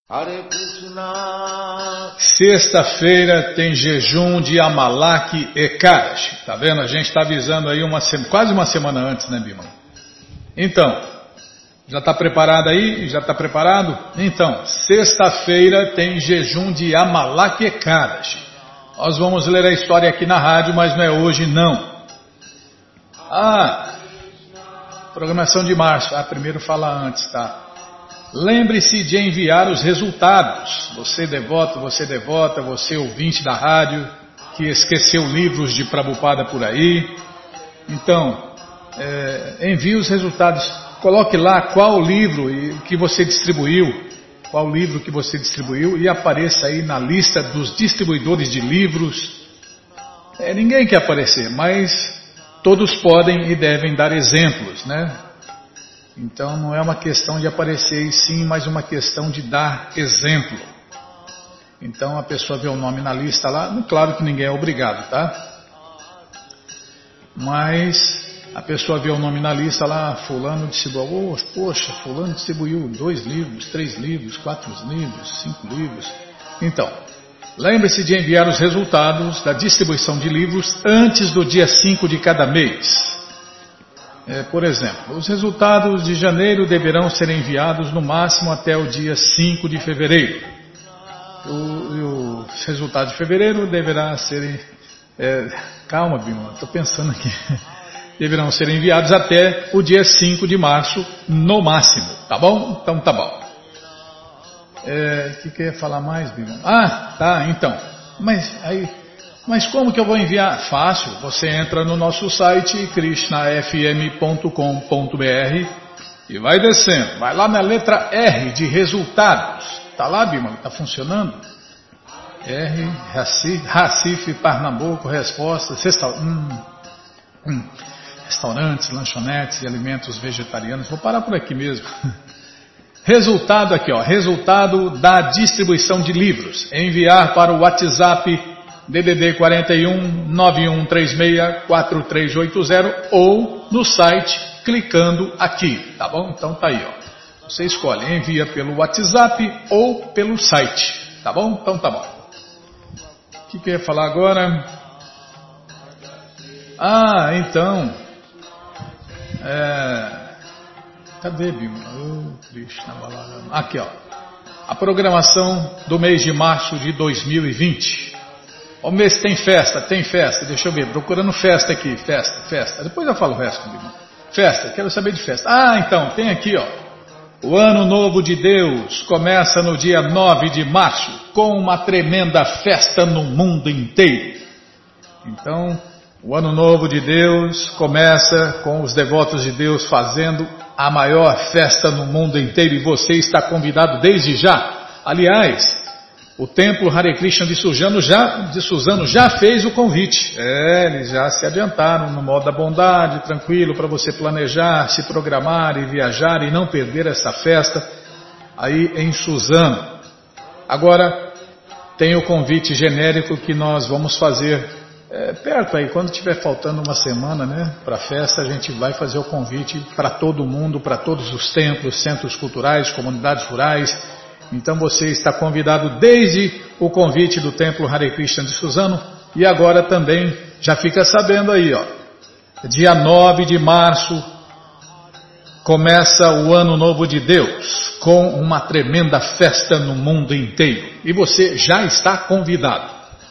Hare Krishna. Sexta-feira tem jejum de Amalaki Ekadashi. Tá vendo? A gente está avisando aí quase uma semana antes, né, Bima? Então, já está preparado aí? Já está preparado? Então, sexta-feira tem jejum de Amalaki Ekadashi. Nós vamos ler a história aqui na rádio, mas não é hoje não. Programação de março. Primeiro fala antes, tá? Lembre-se de enviar os resultados. Você devoto, você devota, você ouvinte da rádio, que esqueceu livros de Prabhupada por aí. Então, envie os resultados. Coloque lá qual livro que você distribuiu. Qual livro que você distribuiu e apareça aí na lista dos distribuidores de livros. Ninguém quer aparecer, mas todos podem e devem dar exemplos, né? Então não é uma questão de aparecer e sim, mas uma questão de dar exemplo. Então a pessoa vê o nome na lista lá, claro que ninguém é obrigado, tá? Mas a pessoa vê o nome na lista lá, fulano distribuiu, poxa, fulano distribuiu 2 livros, 3 livros, 4 livros, 5 livros. Então, lembre-se de enviar os resultados da distribuição de livros antes do dia 5 de cada mês. Por exemplo, os resultados de janeiro deverão ser enviados no máximo até o dia 5 de fevereiro. Os resultados de fevereiro deverão ser... calma, Bima, estou pensando aqui. Deverão ser enviados até o dia 5 de março, no máximo. Tá bom? Então tá bom. O que eu ia falar mais, Bima? Tá, então. Mas como que eu vou enviar? Fácil, você entra no nosso site krishnafm.com.br e vai descendo, vai lá na letra R de resultados. Tá lá, Bima? Tá funcionando? R, Recife, Pernambuco, respostas, restaurantes, lanchonetes e alimentos vegetarianos. Vou parar por aqui mesmo. Resultado aqui, resultado da distribuição de livros. Enviar para o WhatsApp DDD 41 9136 4380 ou no site clicando aqui, tá bom? Então tá aí, Você escolhe, envia pelo WhatsApp ou pelo site, tá bom? Então tá bom. O que eu ia falar agora? Então. Cadê, Bima? Aqui, a programação do mês de março de 2020. Vamos ver se tem festa, deixa eu ver, procurando festa aqui, festa, depois eu falo o resto, Bima. Festa, quero saber de festa. Então, tem aqui, o Ano Novo de Deus começa no dia 9 de março, com uma tremenda festa no mundo inteiro. Então, o Ano Novo de Deus começa com os devotos de Deus fazendo a maior festa no mundo inteiro e você está convidado desde já. Aliás, o Templo Hare Krishna de Suzano já fez o convite. Eles já se adiantaram no modo da bondade, tranquilo, para você planejar, se programar e viajar e não perder essa festa aí em Suzano. Agora, tem o convite genérico que nós vamos fazer perto aí, quando tiver faltando uma semana, né, para a festa, a gente vai fazer o convite para todo mundo, para todos os templos, centros culturais, comunidades rurais. Então você está convidado desde o convite do Templo Hare Krishna de Suzano e agora também já fica sabendo aí, dia 9 de março começa o Ano Novo de Deus com uma tremenda festa no mundo inteiro e você já está convidado.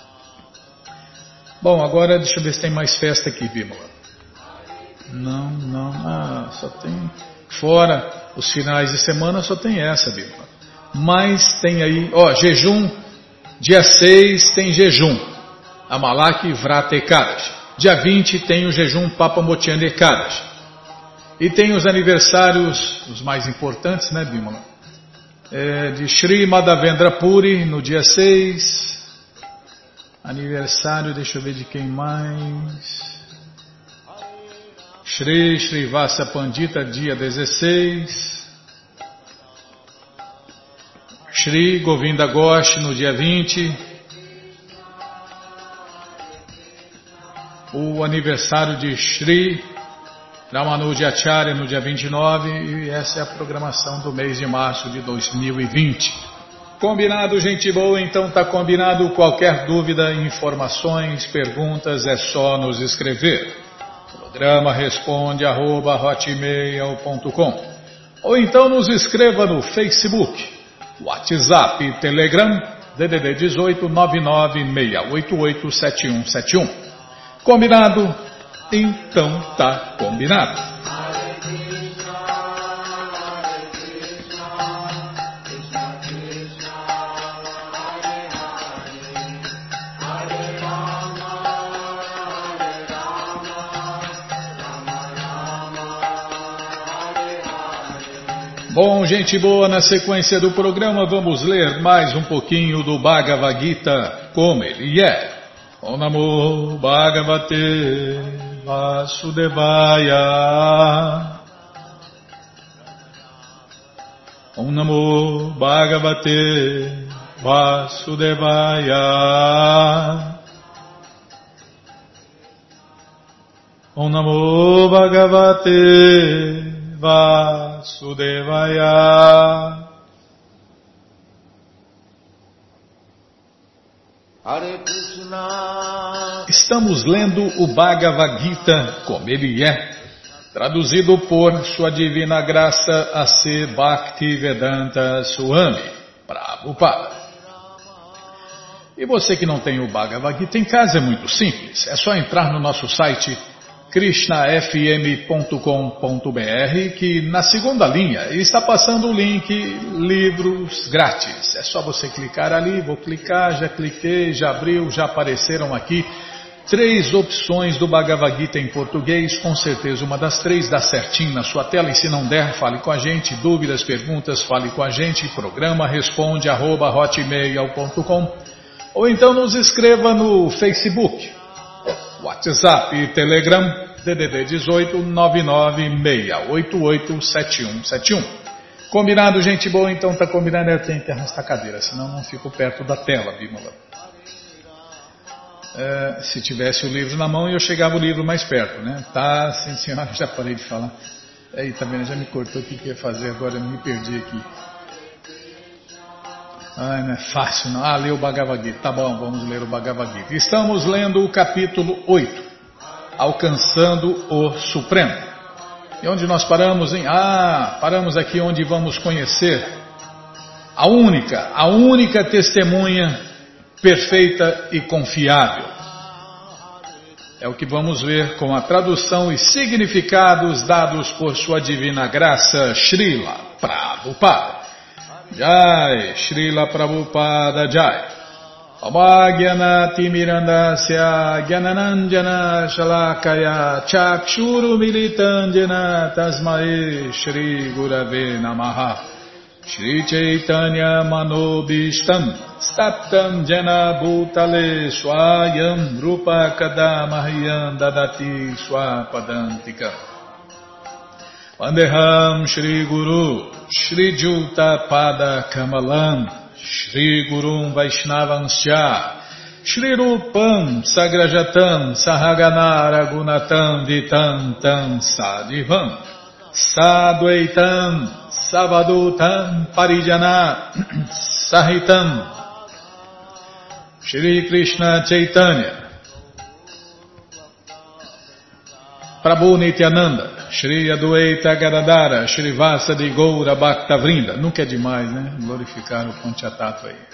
Bom, agora deixa eu ver se tem mais festa aqui, Bímola. Não, só tem, fora os finais de semana só tem essa, Bímola. Mas tem aí, jejum, dia 6 tem jejum, Amalaki Vrata Ekadashi. Dia 20 tem o jejum Papa Motyana Ekadashi. E tem os aniversários, os mais importantes, né, Bimala? De Shri Madhavendra Puri no dia 6. Aniversário, deixa eu ver de quem mais. Shri Srivasa Pandita, dia 16. Shri Govinda Ghosh no dia 20, o aniversário de Shri Ramanuja Acharya no dia 29 e essa é a programação do mês de março de 2020. Combinado, gente boa? Então tá combinado. Qualquer dúvida, informações, perguntas, é só nos escrever. Programa responde@hotmail.com ou então nos escreva no Facebook, WhatsApp e Telegram, DDD 18 996887171. Combinado? Então tá combinado. Bom, gente boa, na sequência do programa vamos ler mais um pouquinho do Bhagavad Gita como ele é. Om Namo Bhagavate Vasudevaya. Om Namo Bhagavate Vasudevaya. Om Namo Bhagavate Vasudevaya. Hare Krishna. Estamos lendo o Bhagavad Gita como ele é, traduzido por Sua Divina Graça A.C. Bhaktivedanta Swami Prabhupada. E você que não tem o Bhagavad Gita em casa é muito simples, é só entrar no nosso site krishnafm.com.br, que na segunda linha está passando o link livros grátis. É só você clicar ali, vou clicar, já cliquei, já abriu, já apareceram aqui 3 opções do Bhagavad Gita em português, com certeza uma das 3 dá certinho na sua tela, e se não der, fale com a gente, dúvidas, perguntas, fale com a gente, programa responde@hotmail.com ou então nos escreva no Facebook, WhatsApp e Telegram, DDD 18 996887171. Combinado, gente boa? Então tá combinado, eu tenho que arrastar a cadeira, senão não fico perto da tela, Bímola. Se tivesse o livro na mão, eu chegava o livro mais perto, né? Tá, sim senhora, já parei de falar. Aí, tá vendo, já me cortou, o que ia fazer agora, eu me perdi aqui. Ai, não é fácil não. Ler o Bhagavad Gita. Tá bom, vamos ler o Bhagavad Gita. Estamos lendo o capítulo 8, Alcançando o Supremo. E onde nós paramos, hein? Paramos aqui onde vamos conhecer a única testemunha perfeita e confiável. É o que vamos ver com a tradução e significados dados por Sua Divina Graça, Srila Prabhupada. Jai, Srila Prabhupada Jai. Amagyanati Mirandasya Gyananandjana Shalakaya Chakshuru Militandjana Tasmae Shri Gurave Namaha. Shri Chaitanya Manobishtam Staptam Jana Bhutale Swayam Rupa Kadamahyam Dadati Swapadantika. Vandeham Shri Guru Shri Juta Pada Kamalam Shri Gurum Vaishnavansya Shri Rupam Sagrajatam Sahagana Ragunatam Vitam Tam Sadivam Sadvaitam Savadutam Parijana Sahitam Shri Krishna Chaitanya Prabhu Nityananda Shri Adwaita Gadadara Shri Vasadi Goura Bhaktavrinda. Nunca é demais, né? Glorificar o Panchatattva aí.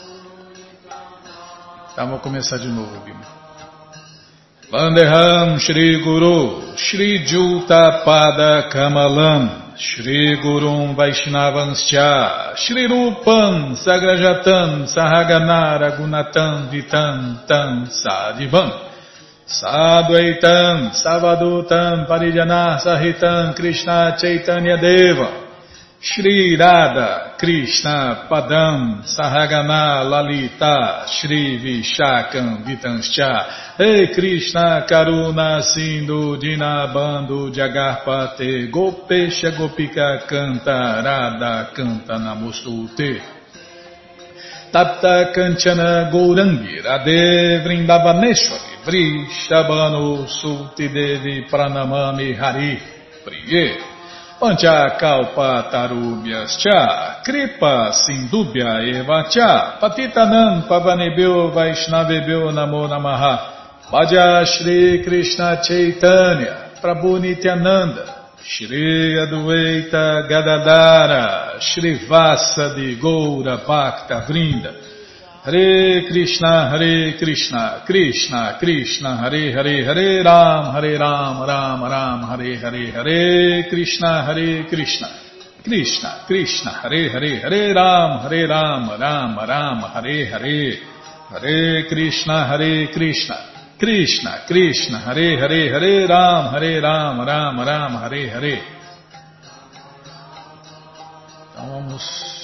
Tá, vou começar de novo, Bima. Vandeham Shri Guru Shri Juta Pada Kamalam Shri Gurum Vaishnavansya Shri Rupam Sagrajatam Sahagana Ragunatam Vitam Tam Sadivam Sadvaitam Savadutam Parijana Sahitam Krishna Chaitanya Deva Shri Radha Krishna Padam Sahagana Lalita Shri Vishakam Vitanscha Hey Krishna Karuna Sindhu Dinabandhu Jagarpate Gopesha Gopika Canta Radha Canta Namostute Tapta Kanchana Gourangi Radhe Vrindavaneshwari Vrishabhanu Sulti Devi Pranamami Hari Priye Panchakalpatarubhyascha Kripa Sindubhya Evacha Patitanam Pavanebhyo Vaishnavebhyo Namo Namaha Bhaja Shri Krishna Chaitanya Prabhu Nityananda Shri Adwaita Gadadara Shri Vasadi Goura Bhakta Vrinda Hare Krishna, Krishna Krishna, Hare Hare, Hare Ram, Ram Ram, Hare Hare, Hare Krishna, Krishna Krishna, Hare Hare, Hare Ram, Ram Ram, Hare Hare, Hare Krishna, Krishna Krishna, Hare Hare, Hare Ram, Ram Ram, Hare Hare. Então vamos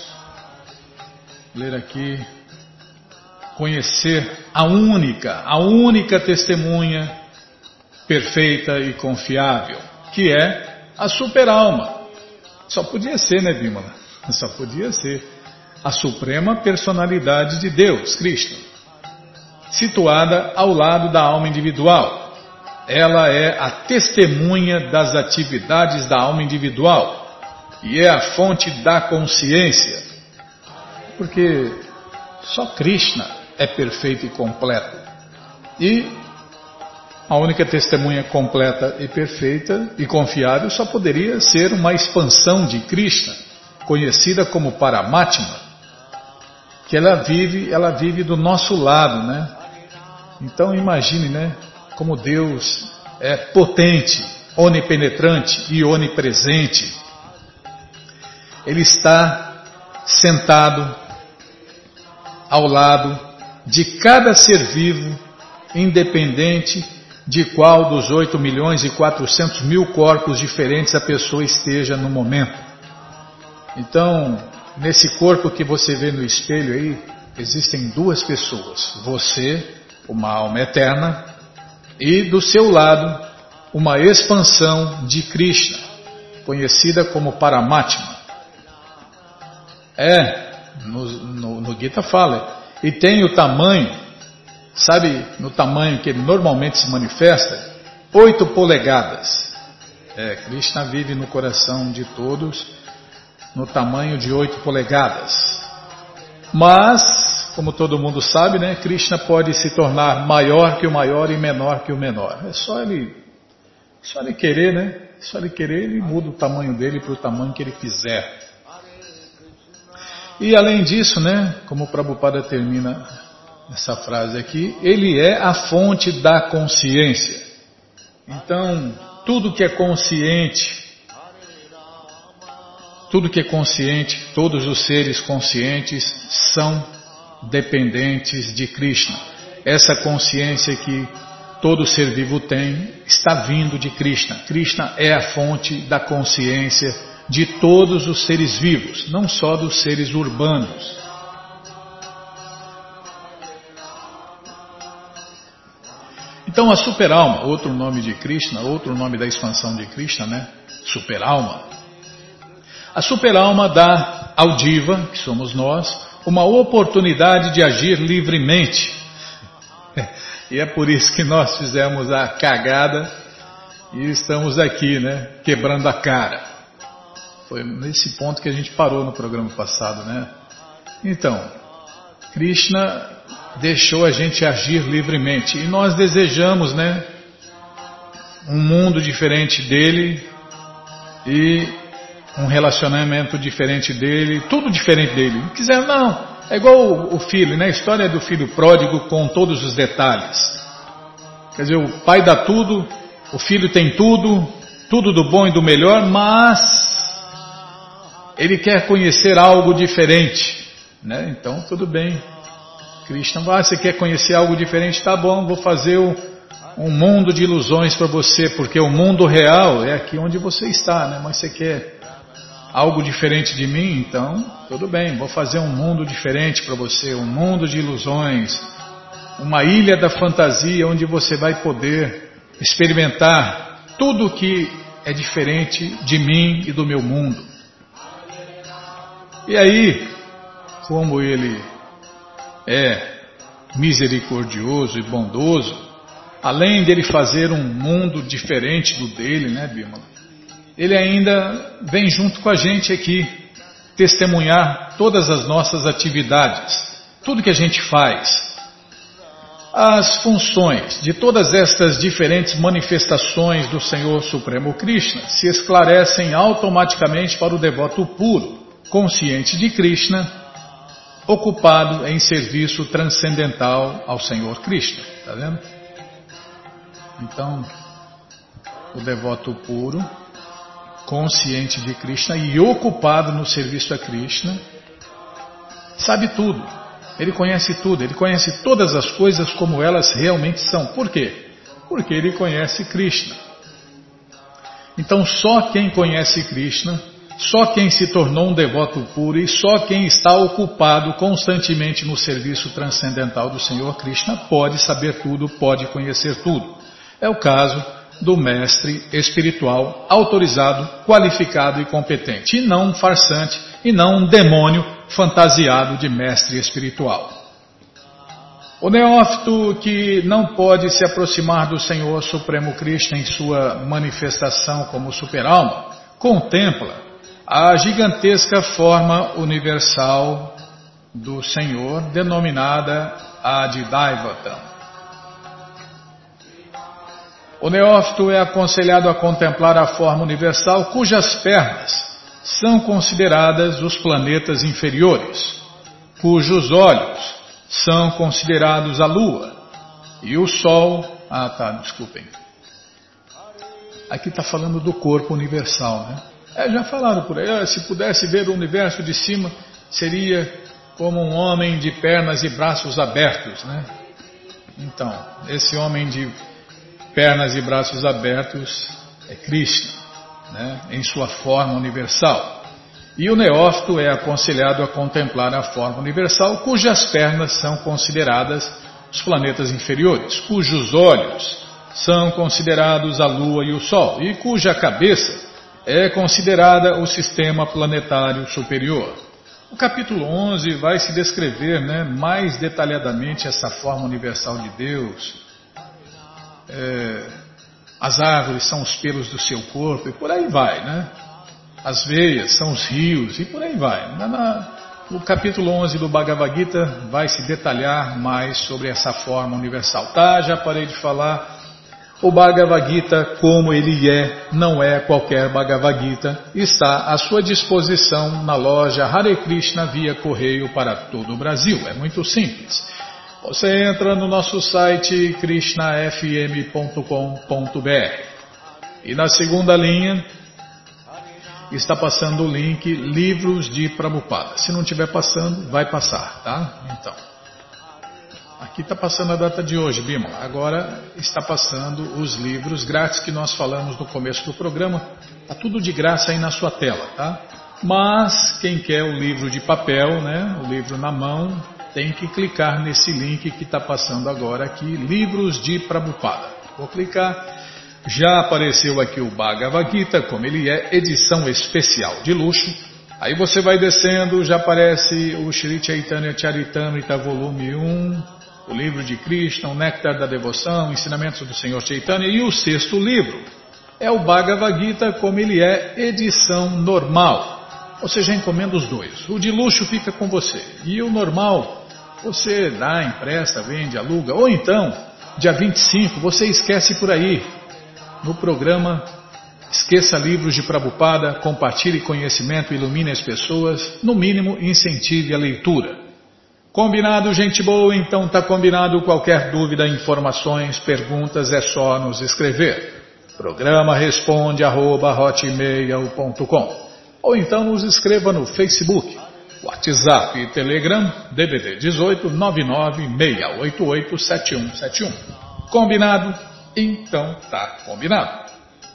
ler aqui. Conhecer a única testemunha perfeita e confiável, que é a super-alma. Só podia ser, né, Bimala? Só podia ser a suprema personalidade de Deus, Krishna, situada ao lado da alma individual. Ela é a testemunha das atividades da alma individual e é a fonte da consciência, porque só Krishna é perfeito e completo. E a única testemunha completa e perfeita e confiável só poderia ser uma expansão de Krishna, conhecida como Paramatma, que ela vive do nosso lado, né? Então imagine, né, como Deus é potente, onipenetrante e onipresente. Ele está sentado ao lado de cada ser vivo, independente de qual dos 8.400.000 corpos diferentes a pessoa esteja no momento. Então, nesse corpo que você vê no espelho aí, existem duas pessoas. Você, uma alma eterna, e do seu lado, uma expansão de Krishna, conhecida como Paramatma. No Gita fala, e tem o tamanho, sabe, no tamanho que ele normalmente se manifesta, 8 polegadas. Krishna vive no coração de todos, no tamanho de 8 polegadas. Mas, como todo mundo sabe, né, Krishna pode se tornar maior que o maior e menor que o menor. É só ele querer, né? Só ele querer, ele muda o tamanho dele para o tamanho que ele quiser. E além disso, né, como o Prabhupada termina essa frase aqui, ele é a fonte da consciência. Então, tudo que é consciente, todos os seres conscientes são dependentes de Krishna. Essa consciência que todo ser vivo tem está vindo de Krishna. Krishna é a fonte da consciência de todos os seres vivos, não só dos seres urbanos. Então a super-alma, outro nome de Krishna, outro nome da expansão de Krishna, né? Super-alma. A super-alma dá ao Diva, que somos nós, uma oportunidade de agir livremente. E é por isso que nós fizemos a cagada e estamos aqui, né? Quebrando a cara. Foi nesse ponto que a gente parou no programa passado, né? Então, Krishna deixou a gente agir livremente e nós desejamos, né, um mundo diferente dele e um relacionamento diferente dele, tudo diferente dele. Não quiser, não. É igual o filho, né? A história do filho pródigo com todos os detalhes. Quer dizer, o pai dá tudo, o filho tem tudo do bom e do melhor, mas ele quer conhecer algo diferente, né? Então, tudo bem. Krishna, você quer conhecer algo diferente? Tá bom, vou fazer um mundo de ilusões para você, porque o mundo real é aqui onde você está, né? Mas você quer algo diferente de mim? Então, tudo bem, vou fazer um mundo diferente para você, um mundo de ilusões, uma ilha da fantasia onde você vai poder experimentar tudo que é diferente de mim e do meu mundo. E aí, como ele é misericordioso e bondoso, além dele fazer um mundo diferente do dele, né, Bimala? ele ainda vem junto com a gente aqui, testemunhar todas as nossas atividades, tudo que a gente faz. As funções de todas estas diferentes manifestações do Senhor Supremo Krishna se esclarecem automaticamente para o devoto puro, consciente de Krishna, ocupado em serviço transcendental ao Senhor Krishna. Está vendo? Então, o devoto puro, consciente de Krishna e ocupado no serviço a Krishna, sabe tudo. Ele conhece tudo, ele conhece todas as coisas como elas realmente são. Por quê? Porque ele conhece Krishna. Então só quem conhece Krishna, só quem se tornou um devoto puro e só quem está ocupado constantemente no serviço transcendental do Senhor Krishna pode saber tudo, pode conhecer tudo. É o caso do mestre espiritual autorizado, qualificado e competente, e não um farsante, e não um demônio fantasiado de mestre espiritual. O neófito que não pode se aproximar do Senhor Supremo Krishna em sua manifestação como super-alma, contempla a gigantesca forma universal do Senhor, denominada Adidaivatam. O neófito é aconselhado a contemplar a forma universal cujas pernas são consideradas os planetas inferiores, cujos olhos são considerados a Lua e o Sol. Desculpem. Aqui está falando do corpo universal, né? Já falaram por aí, se pudesse ver o universo de cima, seria como um homem de pernas e braços abertos, né? Então, esse homem de pernas e braços abertos é Krishna, né, em sua forma universal. E o neófito é aconselhado a contemplar a forma universal, cujas pernas são consideradas os planetas inferiores, cujos olhos são considerados a Lua e o Sol, e cuja cabeça é considerada o sistema planetário superior. O capítulo 11 vai se descrever, né, mais detalhadamente essa forma universal de Deus. As árvores são os pelos do seu corpo e por aí vai, né? As veias são os rios e por aí vai. No capítulo 11 do Bhagavad Gita vai se detalhar mais sobre essa forma universal. Já parei de falar. O Bhagavad Gita, como ele não é qualquer Bhagavad Gita, está à sua disposição na loja Hare Krishna via correio para todo o Brasil. É muito simples. Você entra no nosso site krishnafm.com.br e na segunda linha está passando o link Livros de Prabhupada. Se não estiver passando, vai passar, tá? Então, aqui está passando a data de hoje, Bima. Agora está passando os livros grátis que nós falamos no começo do programa. Está tudo de graça aí na sua tela, tá? Mas quem quer o livro de papel, né? O livro na mão, tem que clicar nesse link que está passando agora aqui, Livros de Prabhupada. Vou clicar, já apareceu aqui o Bhagavad Gita, como ele é, edição especial de luxo. Aí você vai descendo, já aparece o Shri Chaitanya Charitamrita volume 1, o livro de Krishna, o Néctar da Devoção, Ensinamentos do Senhor Chaitanya, e o sexto livro é o Bhagavad Gita, como ele é, edição normal. Você já encomenda os dois. O de luxo fica com você e o normal você dá, empresta, vende, aluga, ou então, dia 25, você esquece por aí. No programa Esqueça Livros de Prabhupada, compartilhe conhecimento, ilumine as pessoas, no mínimo incentive a leitura. Combinado, gente boa? Então tá combinado. Qualquer dúvida, informações, perguntas, é só nos escrever. Programa responde@hotmail.com ou então nos escreva no Facebook, WhatsApp e Telegram, DDD 18 996887171. Combinado? Então tá combinado.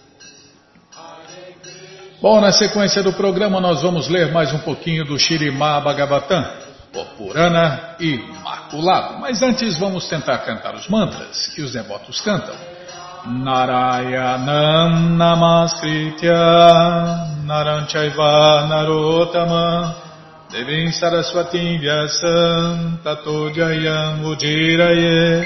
Bom, na sequência do programa nós vamos ler mais um pouquinho do Śrīmad Bhagavatam, o Purana Imaculado. Mas antes vamos tentar cantar os mantras que os devotos cantam. Narayanam Namaskritya Naram Chaiva Narottama Devim Saraswatim Vyasam Tato Jayam Ujiraye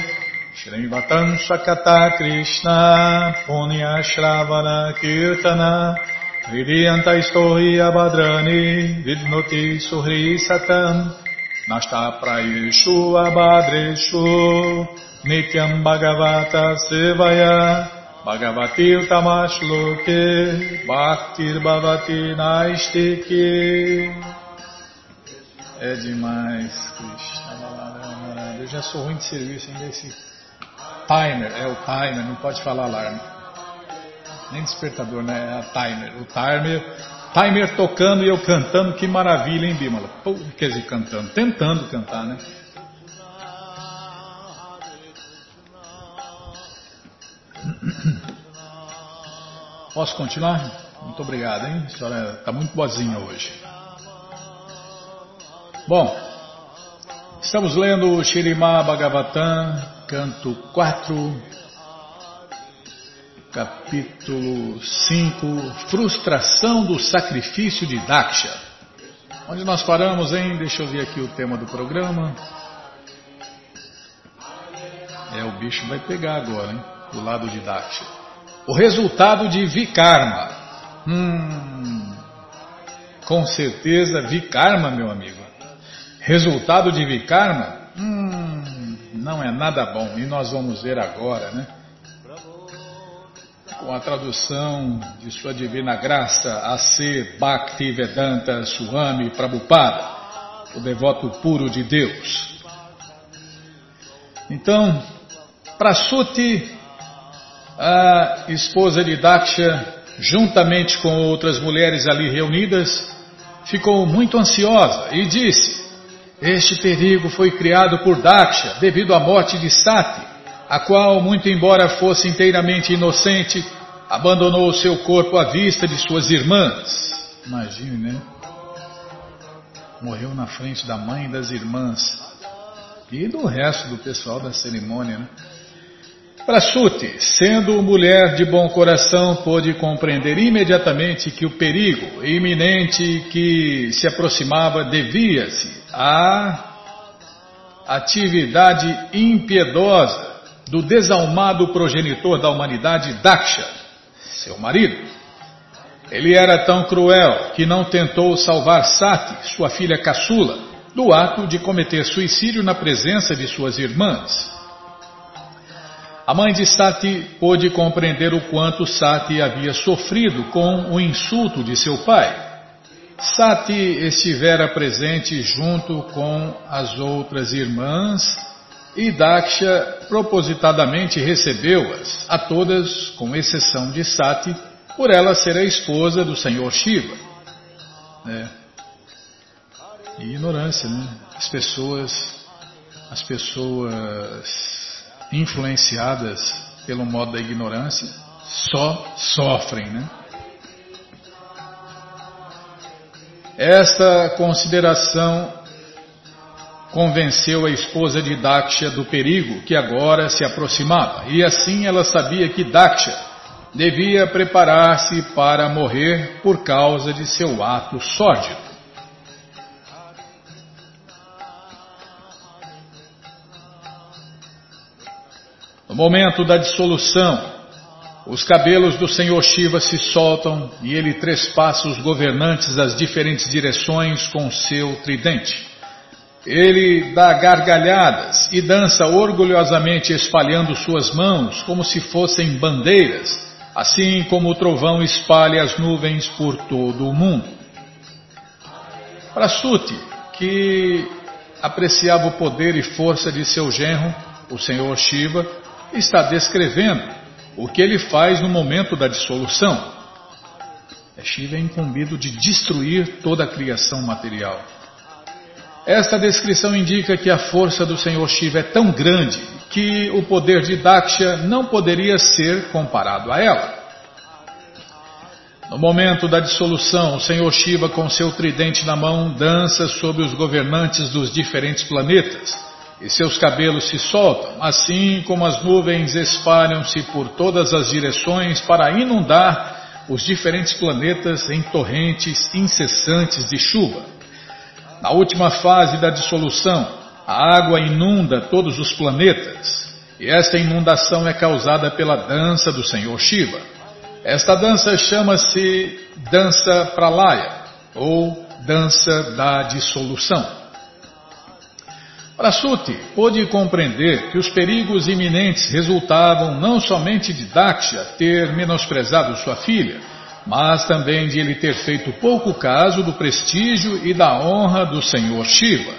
Shrivatam Shakata Krishna Punya Shravana Kirtana Hridiyanta istohi abhadrani vidnoti suhri satam nashta prayeshu abhadreshu nityam bhagavata sevaya bhagavatir tamashloke bhaktir bhavati naistike. É demais, Krishna. Eu já sou ruim de serviço ainda esse timer, é o timer, não pode falar alarme. Nem despertador, né? É a timer. O timer tocando e eu cantando, que maravilha, hein, Bímola? Quer dizer, cantando, tentando cantar, né? Posso continuar? Muito obrigado, hein? A senhora está muito boazinha hoje. Bom, estamos lendo o Śrīmad Bhagavatam, canto 4, capítulo 5, frustração do sacrifício de Daksha. Onde nós paramos, hein? Deixa eu ver aqui o tema do programa. O bicho vai pegar agora, hein? Do lado de Daksha. O resultado de Vikarma. Com certeza, Vikarma, meu amigo. Resultado de Vikarma? Não é nada bom. E nós vamos ver agora, né? Com a tradução de Sua Divina Graça, A.C. Bhaktivedanta Swami Prabhupada, o devoto puro de Deus. Então, Prasuti, a esposa de Daksha, juntamente com outras mulheres ali reunidas, ficou muito ansiosa e disse: este perigo foi criado por Daksha devido à morte de Sati, a qual, muito embora fosse inteiramente inocente, abandonou o seu corpo à vista de suas irmãs. Imagine, né? Morreu na frente da mãe e das irmãs e do resto do pessoal da cerimônia, né? Prasuti, sendo mulher de bom coração, pôde compreender imediatamente que o perigo iminente que se aproximava devia-se à atividade impiedosa do desalmado progenitor da humanidade, Daksha, seu marido. Ele era tão cruel que não tentou salvar Sati, sua filha caçula, do ato de cometer suicídio na presença de suas irmãs. A mãe de Sati pôde compreender o quanto Sati havia sofrido com o insulto de seu pai. Sati estivera presente junto com as outras irmãs e Daksha propositadamente recebeu-as, a todas, com exceção de Sati, por ela ser a esposa do Senhor Shiva. Ignorância, né? As pessoas influenciadas pelo modo da ignorância só sofrem, né? Esta consideração convenceu a esposa de Daksha do perigo que agora se aproximava, e assim ela sabia que Daksha devia preparar-se para morrer por causa de seu ato sórdido. No momento da dissolução, os cabelos do Senhor Shiva se soltam e ele trespassa os governantes das diferentes direções com seu tridente. Ele dá gargalhadas e dança orgulhosamente espalhando suas mãos como se fossem bandeiras, assim como o trovão espalha as nuvens por todo o mundo. Prasuti, que apreciava o poder e força de seu genro, o Senhor Shiva, está descrevendo o que ele faz no momento da dissolução. Shiva é incumbido de destruir toda a criação material. Esta descrição indica que a força do Senhor Shiva é tão grande que o poder de Daksha não poderia ser comparado a ela. No momento da dissolução, o Senhor Shiva, com seu tridente na mão, dança sobre os governantes dos diferentes planetas, e seus cabelos se soltam, assim como as nuvens espalham-se por todas as direções para inundar os diferentes planetas em torrentes incessantes de chuva. Na última fase da dissolução, a água inunda todos os planetas, e esta inundação é causada pela dança do Senhor Shiva. Esta dança chama-se dança pralaya, ou dança da dissolução. Prasuti pôde compreender que os perigos iminentes resultavam não somente de Daksha ter menosprezado sua filha, mas também de ele ter feito pouco caso do prestígio e da honra do Senhor Shiva.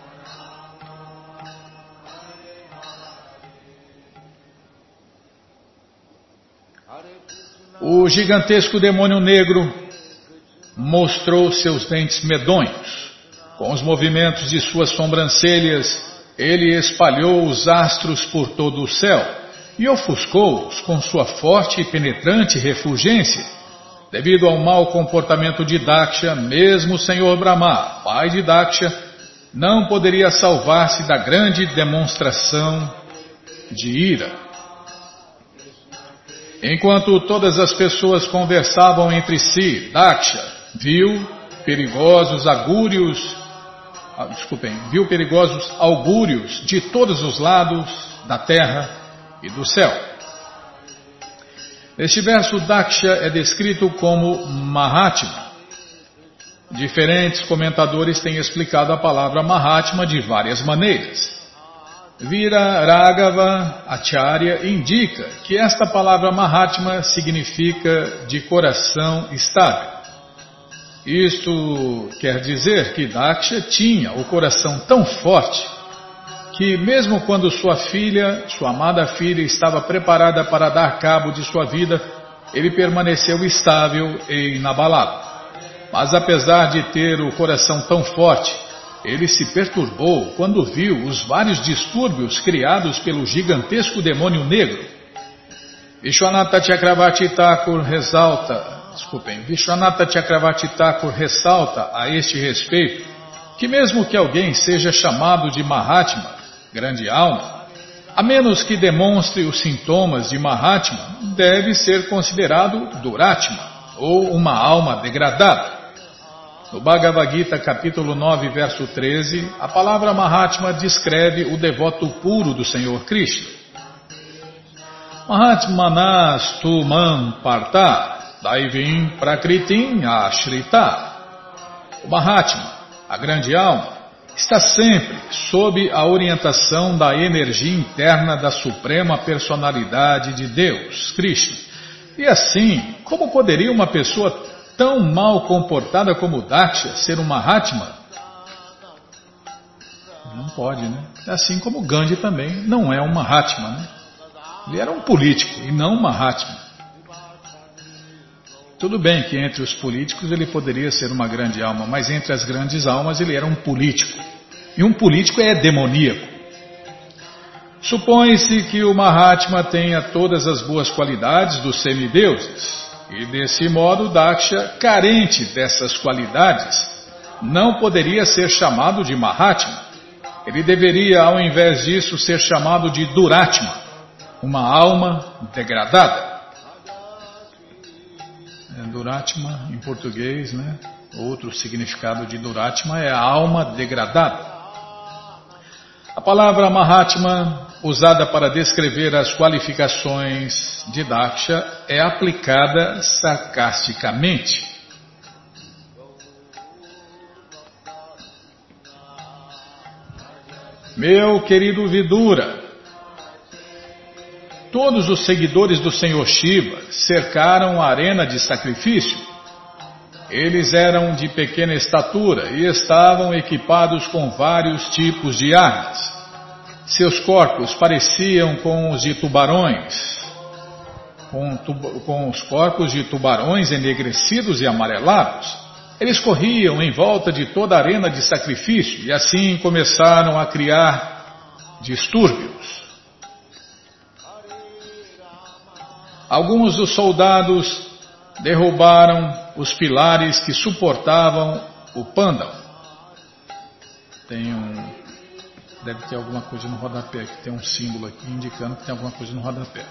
O gigantesco demônio negro mostrou seus dentes medonhos. Com os movimentos de suas sobrancelhas, ele espalhou os astros por todo o céu e ofuscou-os com sua forte e penetrante refulgência. Devido ao mau comportamento de Daksha, mesmo o Senhor Brahma, pai de Daksha, não poderia salvar-se da grande demonstração de ira. Enquanto todas as pessoas conversavam entre si, Daksha viu perigosos augúrios de todos os lados da terra e do céu. Neste verso, Daksha é descrito como Mahatma. Diferentes comentadores têm explicado a palavra Mahatma de várias maneiras. Vira Raghava Acharya indica que esta palavra Mahatma significa de coração estável. Isto quer dizer que Daksha tinha o coração tão forte que mesmo quando sua amada filha, estava preparada para dar cabo de sua vida, ele permaneceu estável e inabalável. Mas apesar de ter o coração tão forte, ele se perturbou quando viu os vários distúrbios criados pelo gigantesco demônio negro. Vishwanatha Chakravarti Thakur ressalta a este respeito que mesmo que alguém seja chamado de Mahatma, grande alma, a menos que demonstre os sintomas de Mahatma, deve ser considerado Duratma, ou uma alma degradada. No Bhagavad Gita, capítulo 9, verso 13, a palavra Mahatma descreve o devoto puro do Senhor Krishna. Mahatmanas tu man parta, daivim prakritim ashrita. O Mahatma, a grande alma, está sempre sob a orientação da energia interna da Suprema Personalidade de Deus, Krishna. E assim, como poderia uma pessoa tão mal comportada como Daksha ser um Mahatma? Não pode, né? Assim como Gandhi também não é um Mahatma, né? Ele era um político e não um Mahatma. Tudo bem que entre os políticos ele poderia ser uma grande alma, mas entre as grandes almas ele era um político. E um político é demoníaco. Supõe-se que o Mahatma tenha todas as boas qualidades dos semideuses. E desse modo, Daksha, carente dessas qualidades, não poderia ser chamado de Mahatma. Ele deveria, ao invés disso, ser chamado de Duratma, uma alma degradada. Duratma, em português, né? Outro significado de Duratma é a alma degradada. A palavra Mahatma, usada para descrever as qualificações de Daksha, é aplicada sarcasticamente. Meu querido Vidura, todos os seguidores do Senhor Shiva cercaram a arena de sacrifício. Eles eram de pequena estatura e estavam equipados com vários tipos de armas. Seus corpos pareciam com os de tubarões, com os corpos de tubarões enegrecidos e amarelados. Eles corriam em volta de toda a arena de sacrifício e assim começaram a criar distúrbios. Alguns dos soldados derrubaram os pilares que suportavam o pândalo. Deve ter alguma coisa no rodapé, que tem um símbolo aqui indicando que tem alguma coisa no rodapé.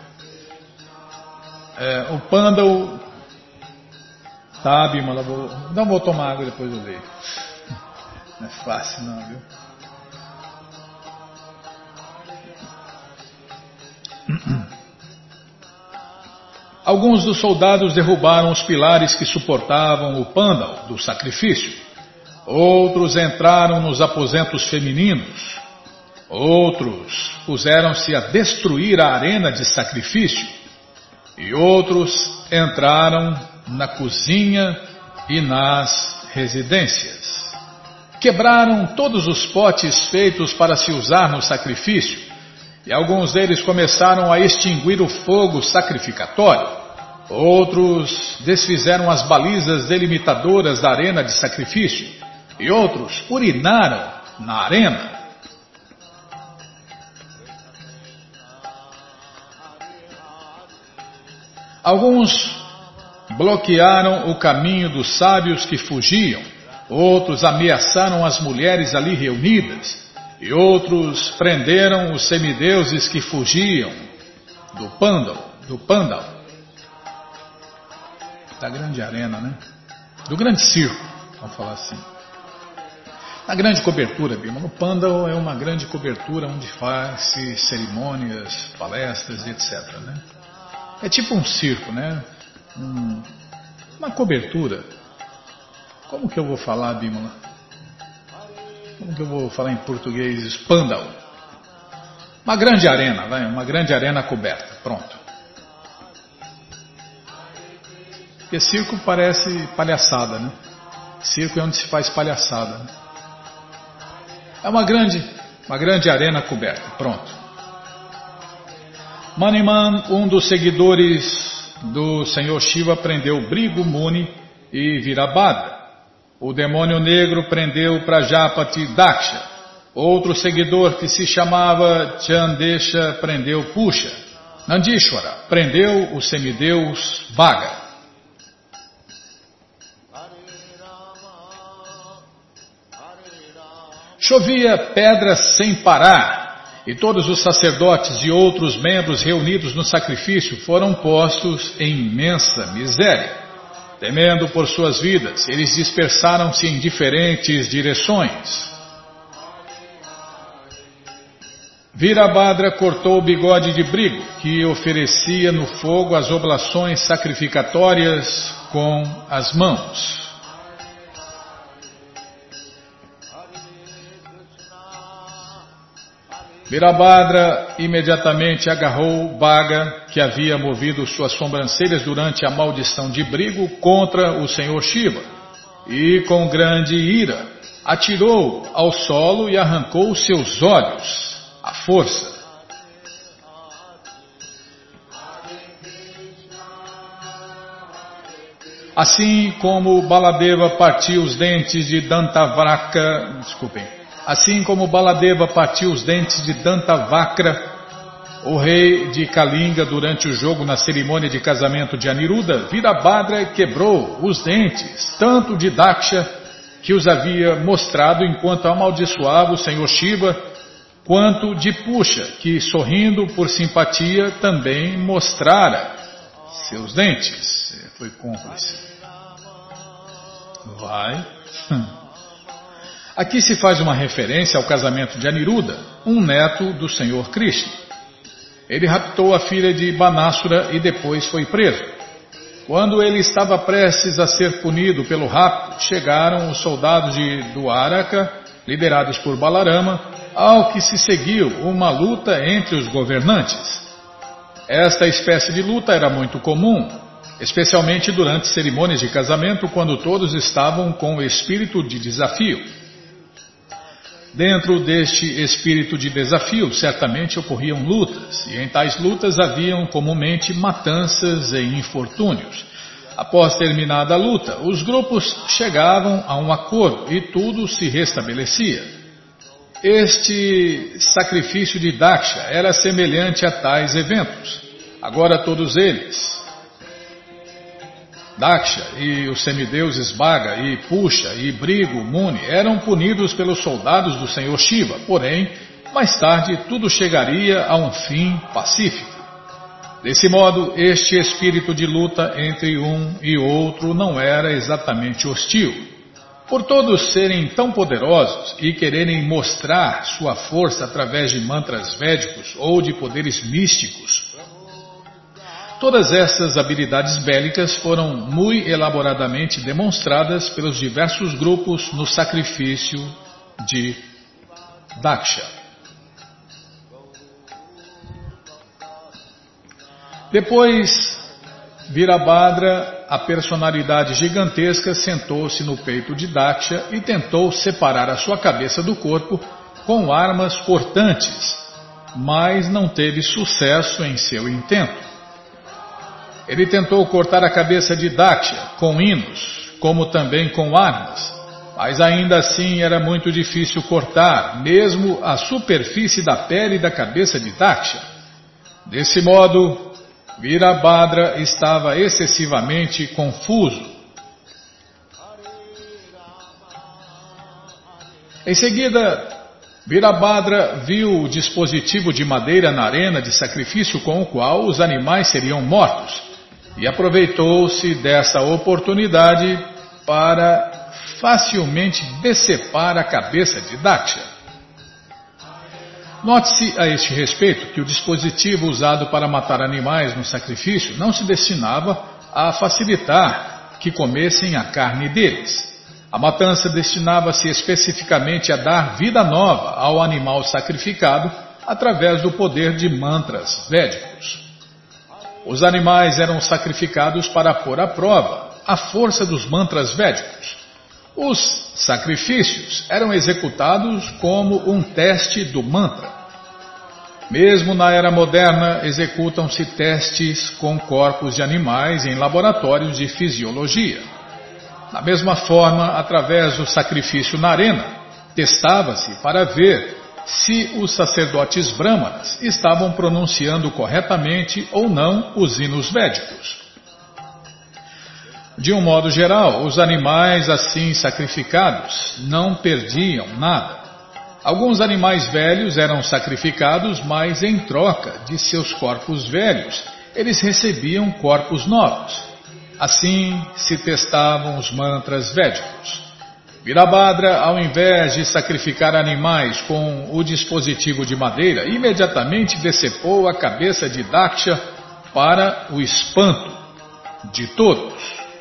O pândalo... Tá, Bimala, não vou tomar água, depois eu leio. Não é fácil não, viu? Alguns dos soldados derrubaram os pilares que suportavam o pândalo do sacrifício. Outros entraram nos aposentos femininos. Outros puseram-se a destruir a arena de sacrifício. E outros entraram na cozinha e nas residências. Quebraram todos os potes feitos para se usar no sacrifício, e alguns deles começaram a extinguir o fogo sacrificatório. Outros desfizeram as balizas delimitadoras da arena de sacrifício, e outros urinaram na arena. Alguns bloquearam o caminho dos sábios que fugiam. Outros ameaçaram as mulheres ali reunidas, e outros prenderam os semideuses que fugiam do pândalo, da grande arena, né? Do grande circo, vamos falar assim. A grande cobertura, Bima, no pândalo é uma grande cobertura onde faz-se cerimônias, palestras e etc, né? É tipo um circo, né? Uma cobertura. Como que eu vou falar, Bímola? Como que eu vou falar em português? Pândalo. Uma grande arena, vai? Uma grande arena coberta. Pronto. Porque circo parece palhaçada, né? Circo é onde se faz palhaçada, né? É uma grande arena coberta. Pronto. Maniman, um dos seguidores do Senhor Shiva, prendeu Brigu Muni e Virabhadra. O demônio negro prendeu Prajapati Daksha. Outro seguidor que se chamava Chandesha prendeu Pusha. Nandishwara prendeu o semideus Bhaga. Chovia pedras sem parar, e todos os sacerdotes e outros membros reunidos no sacrifício foram postos em imensa miséria. Temendo por suas vidas, eles dispersaram-se em diferentes direções. Virabhadra cortou o bigode de Brigu, que oferecia no fogo as oblações sacrificatórias com as mãos. Virabhadra imediatamente agarrou Bhaga, que havia movido suas sobrancelhas durante a maldição de Brigu contra o Senhor Shiva, e com grande ira atirou ao solo e arrancou seus olhos à força. Assim como Baladeva partiu os dentes de Dantavakra, o rei de Kalinga, durante o jogo na cerimônia de casamento de Aniruddha, Virabhadra quebrou os dentes, tanto de Daksha, que os havia mostrado enquanto amaldiçoava o Senhor Shiva, quanto de Pusha, que, sorrindo por simpatia, também mostrara seus dentes. Foi cúmplice. Vai. Aqui se faz uma referência ao casamento de Aniruddha, um neto do Senhor Krishna. Ele raptou a filha de Banasura e depois foi preso. Quando ele estava prestes a ser punido pelo rapto, chegaram os soldados de Dwaraka, liderados por Balarama, ao que se seguiu uma luta entre os governantes. Esta espécie de luta era muito comum, especialmente durante cerimônias de casamento, quando todos estavam com o espírito de desafio. Dentro deste espírito de desafio, certamente ocorriam lutas, e em tais lutas haviam comumente matanças e infortúnios. Após terminada a luta, os grupos chegavam a um acordo e tudo se restabelecia. Este sacrifício de Daksha era semelhante a tais eventos. Agora todos eles, Daksha e os semideuses Bhaga e Pusha e Brigu Muni, eram punidos pelos soldados do Senhor Shiva, porém, mais tarde tudo chegaria a um fim pacífico. Desse modo, este espírito de luta entre um e outro não era exatamente hostil. Por todos serem tão poderosos e quererem mostrar sua força através de mantras védicos ou de poderes místicos, Todas essas habilidades bélicas foram muito elaboradamente demonstradas pelos diversos grupos no sacrifício de Daksha. Depois, Virabhadra, a personalidade gigantesca, sentou-se no peito de Daksha e tentou separar a sua cabeça do corpo com armas cortantes, mas não teve sucesso em seu intento. Ele tentou cortar a cabeça de Daksha com hinos, como também com armas, mas ainda assim era muito difícil cortar, mesmo a superfície da pele da cabeça de Daksha. Desse modo, Virabhadra estava excessivamente confuso. Em seguida, Virabhadra viu o dispositivo de madeira na arena de sacrifício com o qual os animais seriam mortos e aproveitou-se dessa oportunidade para facilmente decepar a cabeça de Daksha. Note-se a este respeito que o dispositivo usado para matar animais no sacrifício não se destinava a facilitar que comessem a carne deles. A matança destinava-se especificamente a dar vida nova ao animal sacrificado através do poder de mantras védicos. Os animais eram sacrificados para pôr à prova a força dos mantras védicos. Os sacrifícios eram executados como um teste do mantra. Mesmo na era moderna, executam-se testes com corpos de animais em laboratórios de fisiologia. Da mesma forma, através do sacrifício na arena, testava-se para ver se os sacerdotes brahmanas estavam pronunciando corretamente ou não os hinos védicos. De um modo geral, os animais assim sacrificados não perdiam nada. Alguns animais velhos eram sacrificados, mas em troca de seus corpos velhos, eles recebiam corpos novos. Assim se testavam os mantras védicos. Virabhadra, ao invés de sacrificar animais com o dispositivo de madeira, imediatamente decepou a cabeça de Daksha para o espanto de todos.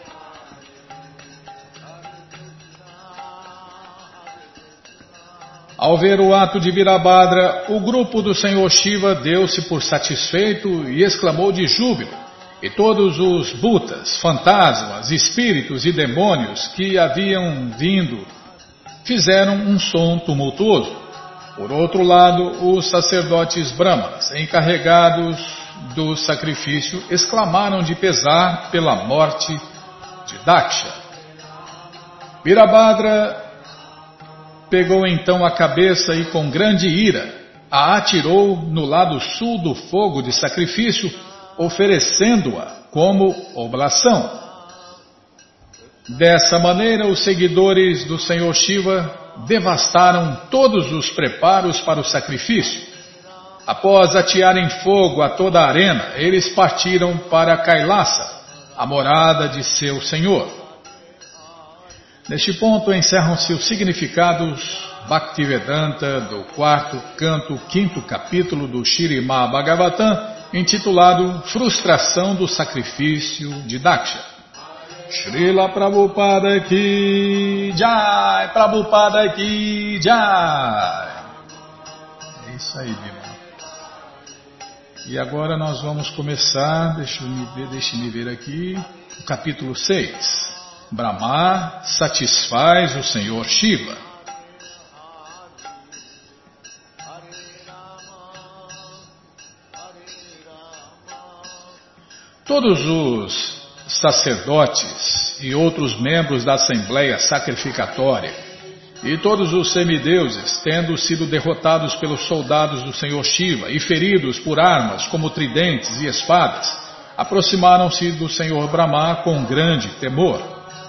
Ao ver o ato de Virabhadra, o grupo do Senhor Shiva deu-se por satisfeito e exclamou de júbilo. E todos os bhutas, fantasmas, espíritos e demônios que haviam vindo fizeram um som tumultuoso. Por outro lado, os sacerdotes brahmanas, encarregados do sacrifício, exclamaram de pesar pela morte de Daksha. Virabhadra pegou então a cabeça e com grande ira a atirou no lado sul do fogo de sacrifício, oferecendo-a como oblação. Dessa maneira, os seguidores do Senhor Shiva devastaram todos os preparos para o sacrifício. Após atearem fogo a toda a arena, eles partiram para Kailasa, a morada de seu Senhor. Neste ponto encerram-se os significados Bhaktivedanta do 4º canto, 5º capítulo do Śrīmad Bhagavatam, intitulado Frustração do Sacrifício de Daksha. Srila Prabhupada Ki Jai, Prabhupada Ki Jai. É isso aí, Bima. E agora nós vamos começar, deixe-me ver aqui, o capítulo 6. Brahma satisfaz o Senhor Shiva. Todos os sacerdotes e outros membros da Assembleia Sacrificatória e todos os semideuses, tendo sido derrotados pelos soldados do Senhor Shiva e feridos por armas como tridentes e espadas, aproximaram-se do Senhor Brahma com grande temor.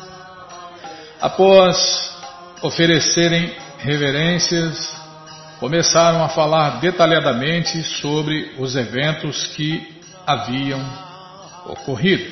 Após oferecerem reverências, começaram a falar detalhadamente sobre os eventos que haviam ocorrido.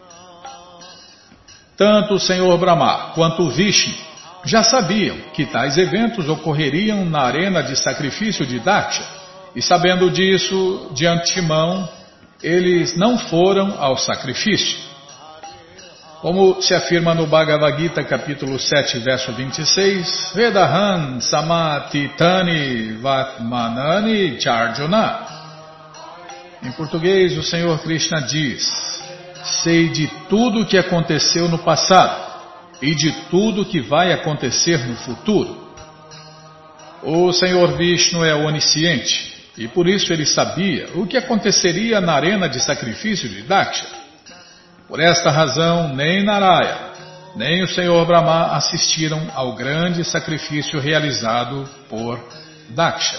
Tanto o Senhor Brahma quanto o Vishnu já sabiam que tais eventos ocorreriam na arena de sacrifício de Daksha, e sabendo disso de antemão, eles não foram ao sacrifício. Como se afirma no Bhagavad Gita, capítulo 7, verso 26, Vedahan Samatitani Vatmanani Charjuna. Em português, o Senhor Krishna diz: sei de tudo o que aconteceu no passado e de tudo o que vai acontecer no futuro. O Senhor Vishnu é onisciente e por isso ele sabia o que aconteceria na arena de sacrifício de Daksha. Por esta razão, nem Narayana, nem o Senhor Brahma assistiram ao grande sacrifício realizado por Daksha.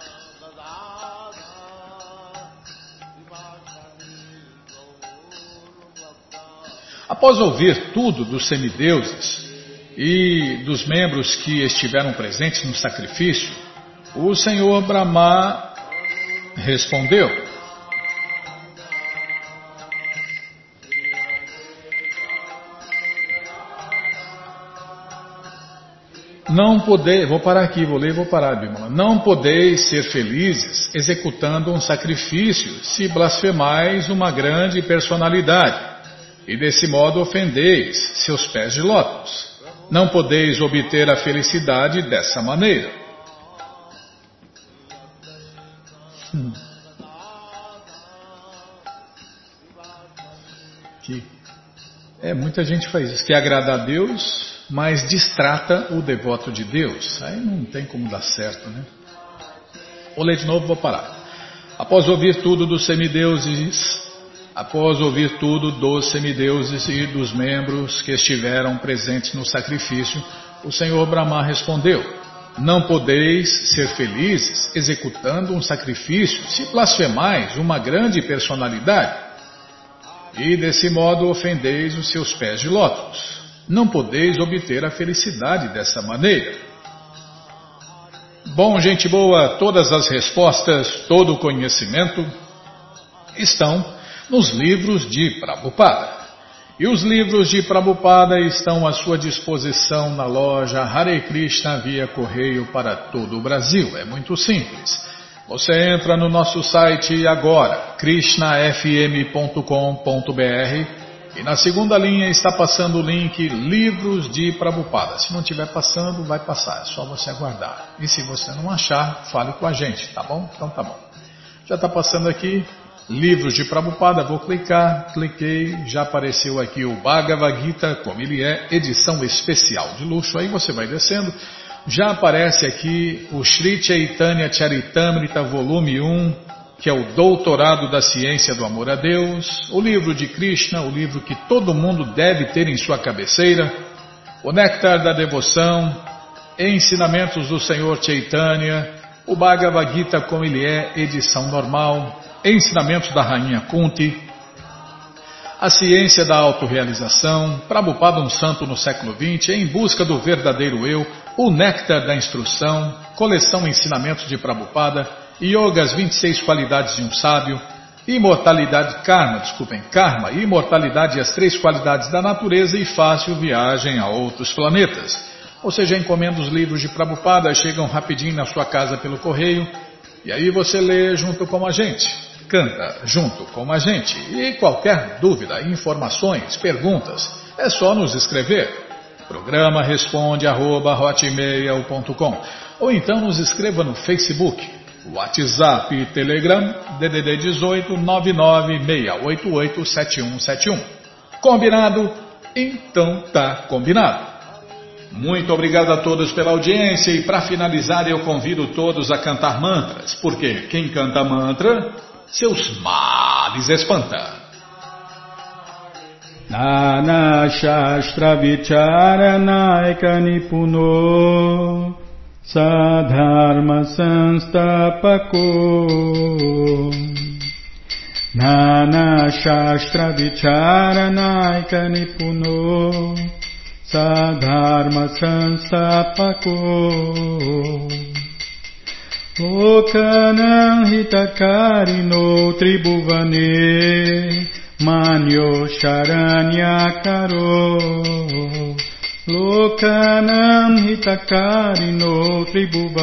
Após ouvir tudo dos semideuses e dos membros que estiveram presentes no sacrifício, o Senhor Brahma respondeu: não podeis, vou parar aqui, vou ler e vou parar, Bimala. Não podeis ser felizes executando um sacrifício se blasfemais uma grande personalidade e desse modo ofendeis seus pés de lótus. Não podeis obter a felicidade dessa maneira. Muita gente faz isso, quer agradar a Deus, mas distrata o devoto de Deus. Aí não tem como dar certo, né? Vou ler de novo, vou parar. Após ouvir tudo dos semideuses e dos membros que estiveram presentes no sacrifício, o Senhor Brahma respondeu: não podeis ser felizes executando um sacrifício se blasfemais uma grande personalidade e desse modo ofendeis os seus pés de lótus. Não podeis obter a felicidade dessa maneira. Bom, gente boa, todas as respostas, todo o conhecimento estão nos livros de Prabhupada. E os livros de Prabhupada estão à sua disposição na loja Hare Krishna via correio para todo o Brasil. É muito simples. Você entra no nosso site agora, krishnafm.com.br, e na segunda linha está passando o link Livros de Prabhupada. Se não estiver passando, vai passar, é só você aguardar. E se você não achar, fale com a gente, tá bom? Então tá bom. Já está passando aqui, Livros de Prabhupada, vou clicar, cliquei, já apareceu aqui o Bhagavad Gita, como ele é, edição especial de luxo, aí você vai descendo. Já aparece aqui o Sri Chaitanya Charitamrita, volume 1, que é o Doutorado da Ciência do Amor a Deus, o livro de Krishna, o livro que todo mundo deve ter em sua cabeceira, o Néctar da Devoção, Ensinamentos do Senhor Chaitanya, o Bhagavad Gita como ele é, edição normal, Ensinamentos da Rainha Kunti, a Ciência da Autorrealização, Prabhupada um Santo no século XX, Em Busca do Verdadeiro Eu, o Néctar da Instrução, Coleção Ensinamentos de Prabhupada, Yoga, as 26 Qualidades de um Sábio, Karma, Imortalidade e as 3 Qualidades da Natureza e Fácil Viagem a Outros Planetas. Ou seja, encomenda os livros de Prabhupada, chegam rapidinho na sua casa pelo correio, e aí você lê junto com a gente, canta junto com a gente. E qualquer dúvida, informações, perguntas, é só nos escrever. Programa responde@hotmail.com, ou então nos escreva no Facebook, WhatsApp e Telegram, DDD 18 996887171. Combinado? Então tá combinado. Muito obrigado a todos pela audiência e para finalizar eu convido todos a cantar mantras, porque quem canta mantra, seus males espanta. Nana Shastra Vicharanaika Nipuno Sadharma Sanstapako Nana Shastra Vicharanaika Nipuno Sadharma Sanstapako Lokanam Hitakarino Tribhuvane Manyo Sharanyakaro Lokanam Hitakarino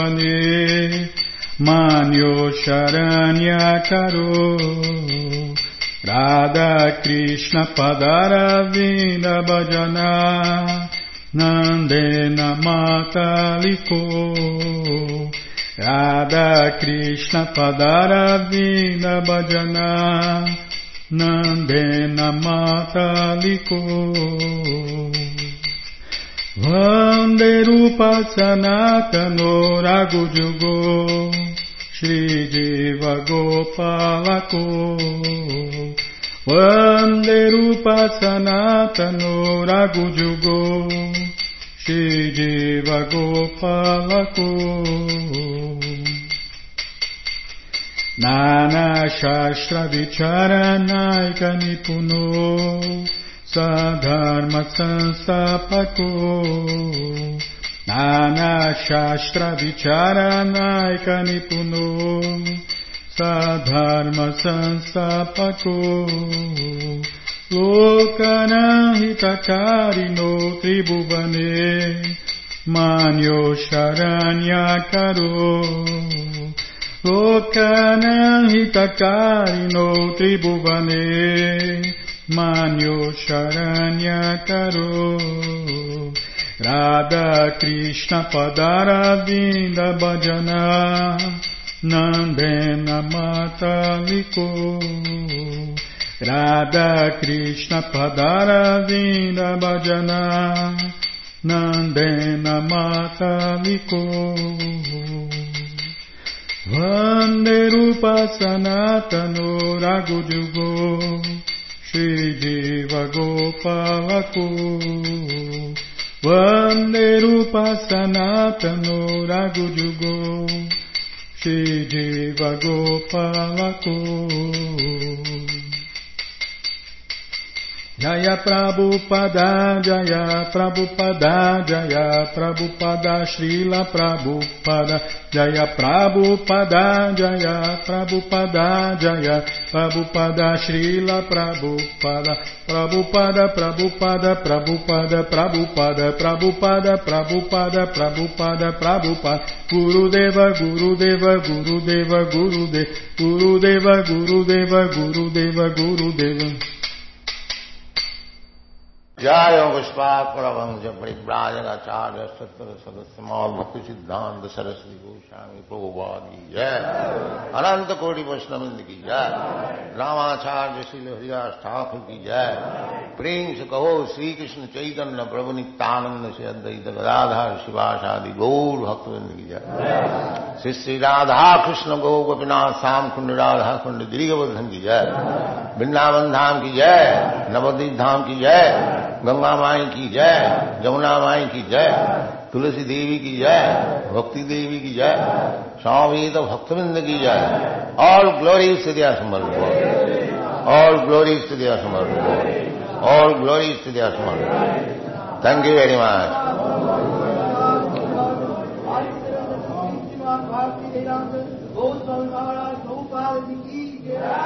Tribhuvane Manyo Sharanyakaro Radha Krishna Padaravinda Bhajana Nandena Mataliko Radha Krishna Padaravinda Bhajana Nandena Mataliko Vande Rupa Sanatano Raghujugo Shri Jiva Gopalako Vande Rupa Sanatano Raghujugo Shri Jiva Gopalako Nana Shastra Vicharanaika Nipuno Sadharma Sanstapako Nana Shastra Vicharanaika Nipuno Sadharma Sanstapako Lokanam Hitakarino Tribhuvane Manyo Sharanyakaro Lokanam Hitakarino Tribhuvane Manyo Sharanyakaro Radha Krishna Padaravinda Bhajana Nandena Mataliko Radha Krishna Padaravinda Bhajana Nandena Mataliko Vande Rupa Sanatano Raghujugo Shri Jiva Gopalako Vande Rupa Sanatano Raghujugo Shri Jiva Gopalako Jaya Prabhupada, Jaya Prabhupada, Jaya Prabhupada, Srila Prabhupada, Jaya Prabhupada, Jaya Prabhupada, Jaya Prabhupada, Srila Prabhupada, Prabhupada, Prabhupada, Prabhupada, Prabhupada, Prabhupada, Prabhupada, Prabhupada, Prabhupada, Gurudeva, Gurudeva, Gurudeva, Gurudeva, Gurudeva, Gurudeva, Gurudeva, Gurudeva. Jaya Pushpa Paravamja Paribhrajagacharya Sattva Sadasyamal Bhakti Siddhanta Saraswati Goswami Prabhupada ki jai, Ananta Koti Vaishnavavrinda ki jai, Ramacharya Srila Haridas Thakur ki jai, Prem se kaho Sri Krishna Chaitanya Prabhu Nityananda se Advaita Gadadhar Shivasadi Gaur Bhaktivinoda ki jai, Sri Radha Krishna Go Gopinath Sam Kund Radha Kund Girigavardhan ki jai, Vrindavan Dham ki jai, Navadvip Dham ki jai, गंगा माई की जय, जमुना माई की जय, तुलसी देवी की जय, भक्ति देवी की जय, स्वामी तो भक्तवृंद की जय. All glories to their Asmar Lord. All glories to their Asmar Lord. All glories to their Asmar Lord. Thank you very much. Goswami Maharaj Prabhupada ki jai.